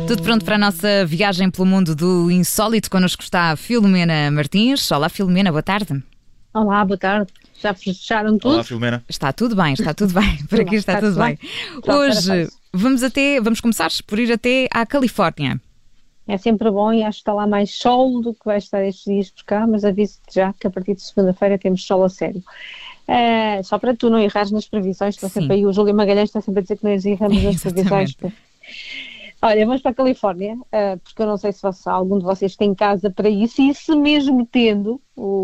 Tudo pronto para a nossa viagem pelo mundo do insólito. Connosco está a Filomena Martins. Olá, Filomena, boa tarde. Olá, boa tarde. Já fecharam tudo? Olá, Filomena. Está tudo bem, está tudo bem. Por aqui está tudo bem. Hoje vamos começar por ir até à Califórnia. É sempre bom e acho que está lá mais sol do que vai estar estes dias por cá, mas aviso-te já que a partir de segunda-feira temos sol a sério. Só para tu não errares nas previsões, está sempre aí o Júlio Magalhães está sempre a dizer que nós erramos nas previsões. Olha, vamos para a Califórnia, porque eu não sei se algum de vocês tem casa para isso, e se mesmo tendo,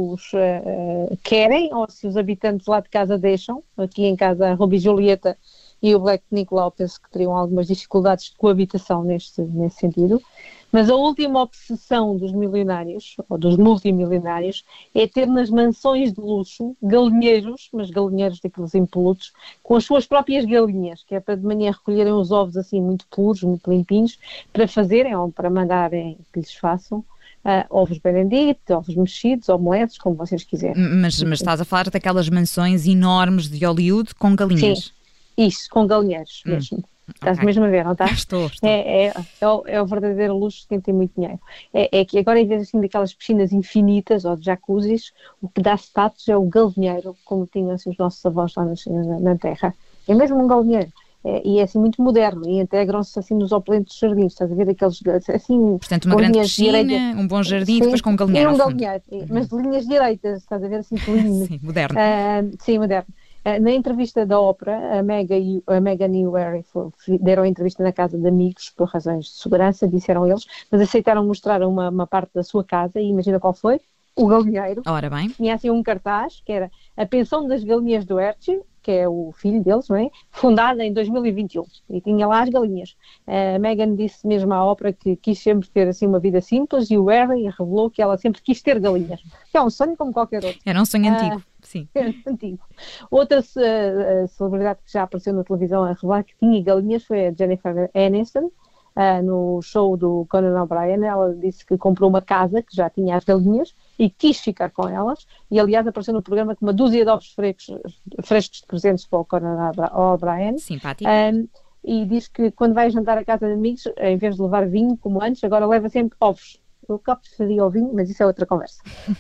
querem, ou se os habitantes lá de casa deixam. Aqui em casa a Ruby Julieta e o Black Nicolau penso que teriam algumas dificuldades de coabitação nesse sentido. Mas a última obsessão dos milionários, ou dos multimilionários, é ter nas mansões de luxo galinheiros, mas galinheiros daqueles impolutos, com as suas próprias galinhas, que é para de manhã recolherem os ovos assim muito puros, muito limpinhos, para fazerem, ou para mandarem que lhes façam, ovos Benedict, ovos mexidos, omeletes, como vocês quiserem. Mas estás a falar daquelas mansões enormes de Hollywood com galinhas? Sim, isso, com galinheiros mesmo. Estás mesmo a ver, não estás? Estou. É o verdadeiro luxo de quem tem muito dinheiro. É que agora, em vez assim daquelas piscinas infinitas ou de jacuzzis, o que dá status é o galinheiro, como tinham assim, os nossos avós lá na terra. É mesmo um galinheiro. E é assim muito moderno, e integram-se assim nos opulentes jardins, estás a ver aqueles assim... Portanto, uma grande piscina, um bom jardim, depois com um galinheiro ao fundo. Mas de linhas direitas, estás a ver assim, lindo. Sim, moderno. Sim, moderno. Na entrevista da ópera, a Meghan e o Harry deram a entrevista na casa de amigos por razões de segurança, disseram eles, mas aceitaram mostrar uma parte da sua casa, e imagina qual foi? O galinheiro. Ora bem. Tinha assim um cartaz, que era a pensão das galinhas do Hershey, que é o filho deles, não é? Fundada em 2021, e tinha lá as galinhas. A Meghan disse mesmo à ópera que quis sempre ter assim uma vida simples, e o Harry revelou que ela sempre quis ter galinhas, que é um sonho como qualquer outro. Era um sonho antigo, sim. Antigo. Outra celebridade que já apareceu na televisão a revelar que tinha galinhas foi a Jennifer Aniston. No show do Conan O'Brien, ela disse que comprou uma casa que já tinha as galinhas e quis ficar com elas, e aliás apareceu no programa com uma dúzia de ovos frescos de presentes para o Conan O'Brien. Simpático. E diz que quando vai jantar à casa de amigos, em vez de levar vinho como antes, agora leva sempre ovos. Eu preferiria o vinho, mas isso é outra conversa.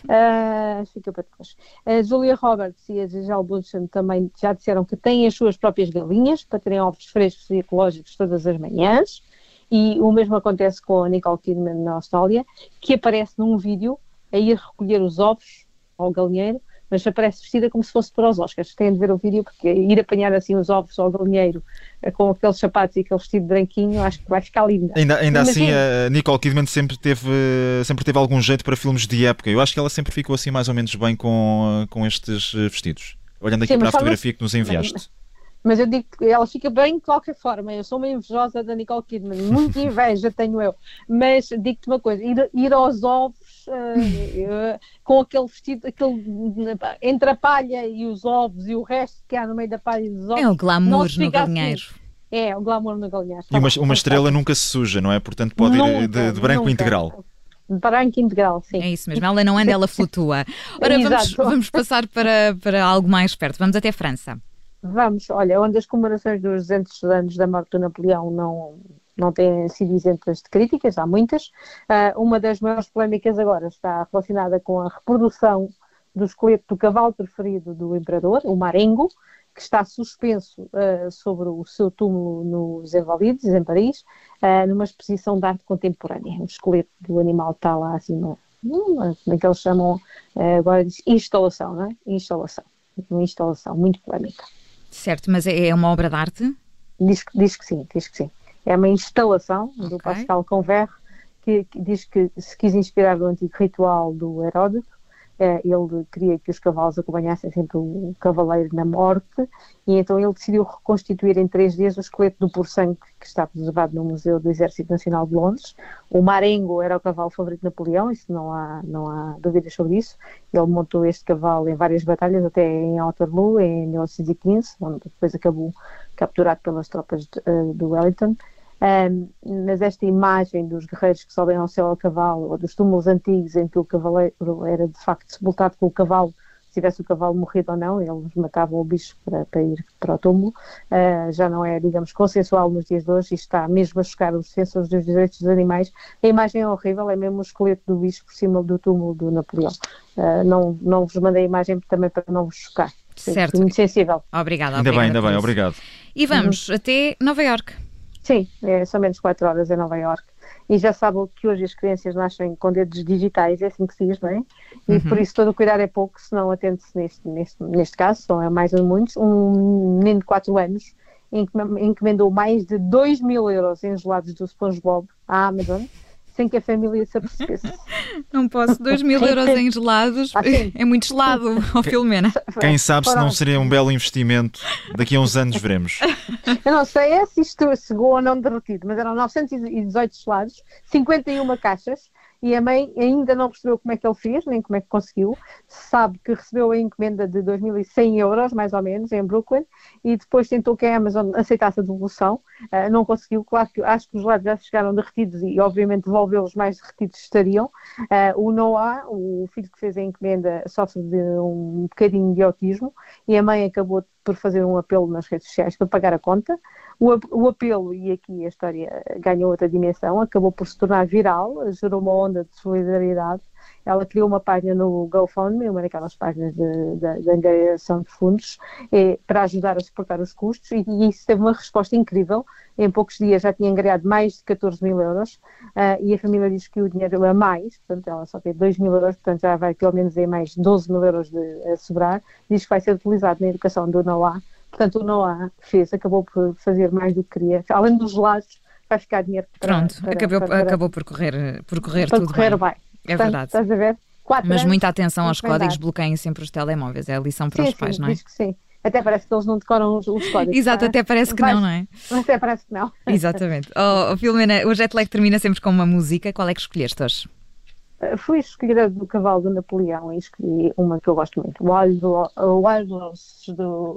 Fica para depois. A Julia Roberts e a Gisele Bündchen também já disseram que têm as suas próprias galinhas para terem ovos frescos e ecológicos todas as manhãs. E o mesmo acontece com a Nicole Kidman na Austrália, que aparece num vídeo a ir recolher os ovos ao galinheiro, mas aparece vestida como se fosse para os Oscars. Têm de ver o vídeo, porque ir apanhar assim os ovos ao galinheiro com aqueles sapatos e aquele vestido branquinho, acho que vai ficar linda. Ainda assim, a Nicole Kidman sempre teve algum jeito para filmes de época. Eu acho que ela sempre ficou assim mais ou menos bem com estes vestidos. Olhando aqui para a fotografia que nos enviaste. Mas eu digo que ela fica bem de qualquer forma. Eu sou uma invejosa da Nicole Kidman, muita inveja tenho eu. Mas digo-te uma coisa, ir aos ovos com aquele vestido, entre a palha e os ovos e o resto que há no meio da palha e dos ovos. É o glamour no galinheiro. Assim. É, o glamour no galinheiro. E uma estrela nunca se suja, não é? Portanto pode ir de branco integral. Branco integral, sim. É isso mesmo, ela não anda, ela flutua. Ora, vamos passar para algo mais perto, vamos até França. Vamos, olha, onde as comemorações dos 200 anos da morte do Napoleão não têm sido isentas de críticas, há muitas. Uma das maiores polémicas agora está relacionada com a reprodução do esqueleto do cavalo preferido do imperador, o Marengo, que está suspenso sobre o seu túmulo nos Invalides, em Paris, numa exposição de arte contemporânea. O esqueleto do animal está lá assim, como é que eles chamam agora, diz instalação, não é? Uma instalação muito polémica. Certo, mas é uma obra de arte? Diz que sim. É uma instalação do Pascal Convert que diz que se quis inspirar no antigo ritual do Heródoto. Ele queria que os cavalos acompanhassem sempre o cavaleiro na morte, e então ele decidiu reconstituir em 3 dias o esqueleto do pur-sangue que está preservado no Museu do Exército Nacional de Londres. O Marengo era o cavalo favorito de Napoleão, isso não há dúvidas sobre isso. Ele montou este cavalo em várias batalhas, até em Waterloo, em 1915, onde depois acabou capturado pelas tropas do Wellington. Mas esta imagem dos guerreiros que sobem ao céu a cavalo, ou dos túmulos antigos em que o cavaleiro era de facto sepultado com o cavalo tivesse o cavalo morrido ou não, eles matavam o bicho para ir para o túmulo. Já não é, digamos, consensual nos dias de hoje e está mesmo a chocar os defensores dos direitos dos animais. A imagem é horrível, é mesmo o esqueleto do bicho por cima do túmulo do Napoleão. Não vos mandei a imagem também para não vos chocar. Certo. Muito sensível. Obrigada. Ainda bem, obrigado. E vamos até Nova Iorque. Sim, são menos 4 horas em Nova Iorque. E já sabem que hoje as crianças nascem com dedos digitais, é assim que se diz, não é? E por isso todo o cuidado é pouco, senão atende-se neste caso, são mais de muitos, um menino de 4 anos encomendou mais de 2.000 euros em gelados do SpongeBob à Amazon, sem que a família se apercebesse. Não posso, 2.000 euros em gelados, é muito gelado, Filomena. Quem sabe se não seria um belo investimento, daqui a uns anos veremos. Eu não sei se isto chegou ou não derretido, mas eram 918 gelados, 51 caixas, e a mãe ainda não percebeu como é que ele fez, nem como é que conseguiu. Sabe que recebeu a encomenda de 2.100 euros, mais ou menos, em Brooklyn, e depois tentou que a Amazon aceitasse a devolução. Não conseguiu. Claro que acho que os gelados já chegaram derretidos e, obviamente, devolvê-los mais derretidos estariam. O Noah, o filho que fez a encomenda, sofre de um bocadinho de autismo e a mãe acabou por fazer um apelo nas redes sociais para pagar a conta. O apelo, e aqui a história ganhou outra dimensão, acabou por se tornar viral, gerou uma onda de solidariedade. Ela criou uma página no GoFundMe, uma daquelas páginas de angariação de fundos, para ajudar a suportar os custos, e isso teve uma resposta incrível. Em poucos dias já tinha angariado mais de 14.000 euros, e a família diz que o dinheiro é mais, portanto ela só teve 2.000 euros, portanto já vai pelo menos em mais 12.000 euros a sobrar. Diz que vai ser utilizado na educação do Noah. Portanto, o Noah acabou por fazer mais do que queria. Além dos gelados, vai ficar dinheiro para... Acabou por correr tudo bem. É verdade. Estás a ver? Mas muita atenção aos códigos, bloqueiem sempre os telemóveis. É a lição para os pais, não é? Diz que sim. Até parece que eles não decoram os códigos. Exato, até parece que não é? Até parece que não. Exatamente. Filomena, o Jetlag termina sempre com uma música. Qual é que escolheste hoje? Fui escolher a do Cavalo do Napoleão e escolhi uma que eu gosto muito, Wild Horses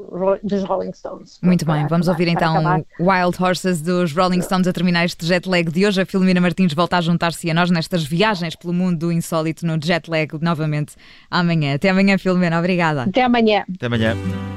dos Rolling Stones. Muito bem, vamos ouvir então Wild Horses dos Rolling Stones a terminar este Jetlag de hoje. A Filomena Martins volta a juntar-se a nós nestas viagens pelo mundo do insólito no Jetlag novamente amanhã. Até amanhã, Filomena, obrigada. Até amanhã. Até amanhã.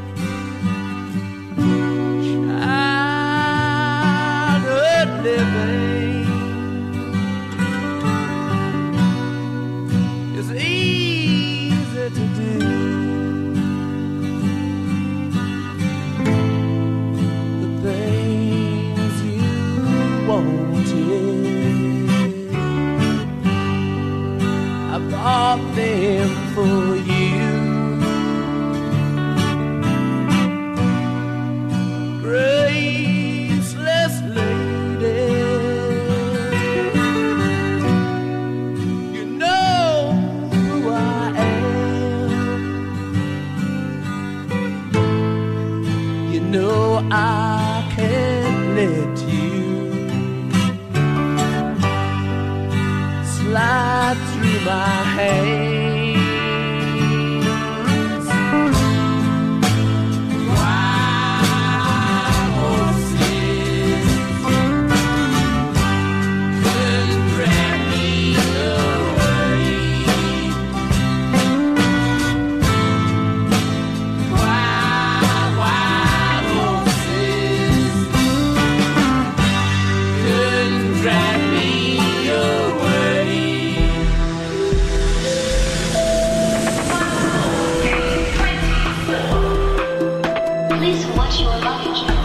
Bought them for you. Graceless lady, you know who I am. You know I can't let you slide through my hands. Wild horses couldn't drag me away. Wild horses couldn't drag me away. Please watch your luggage.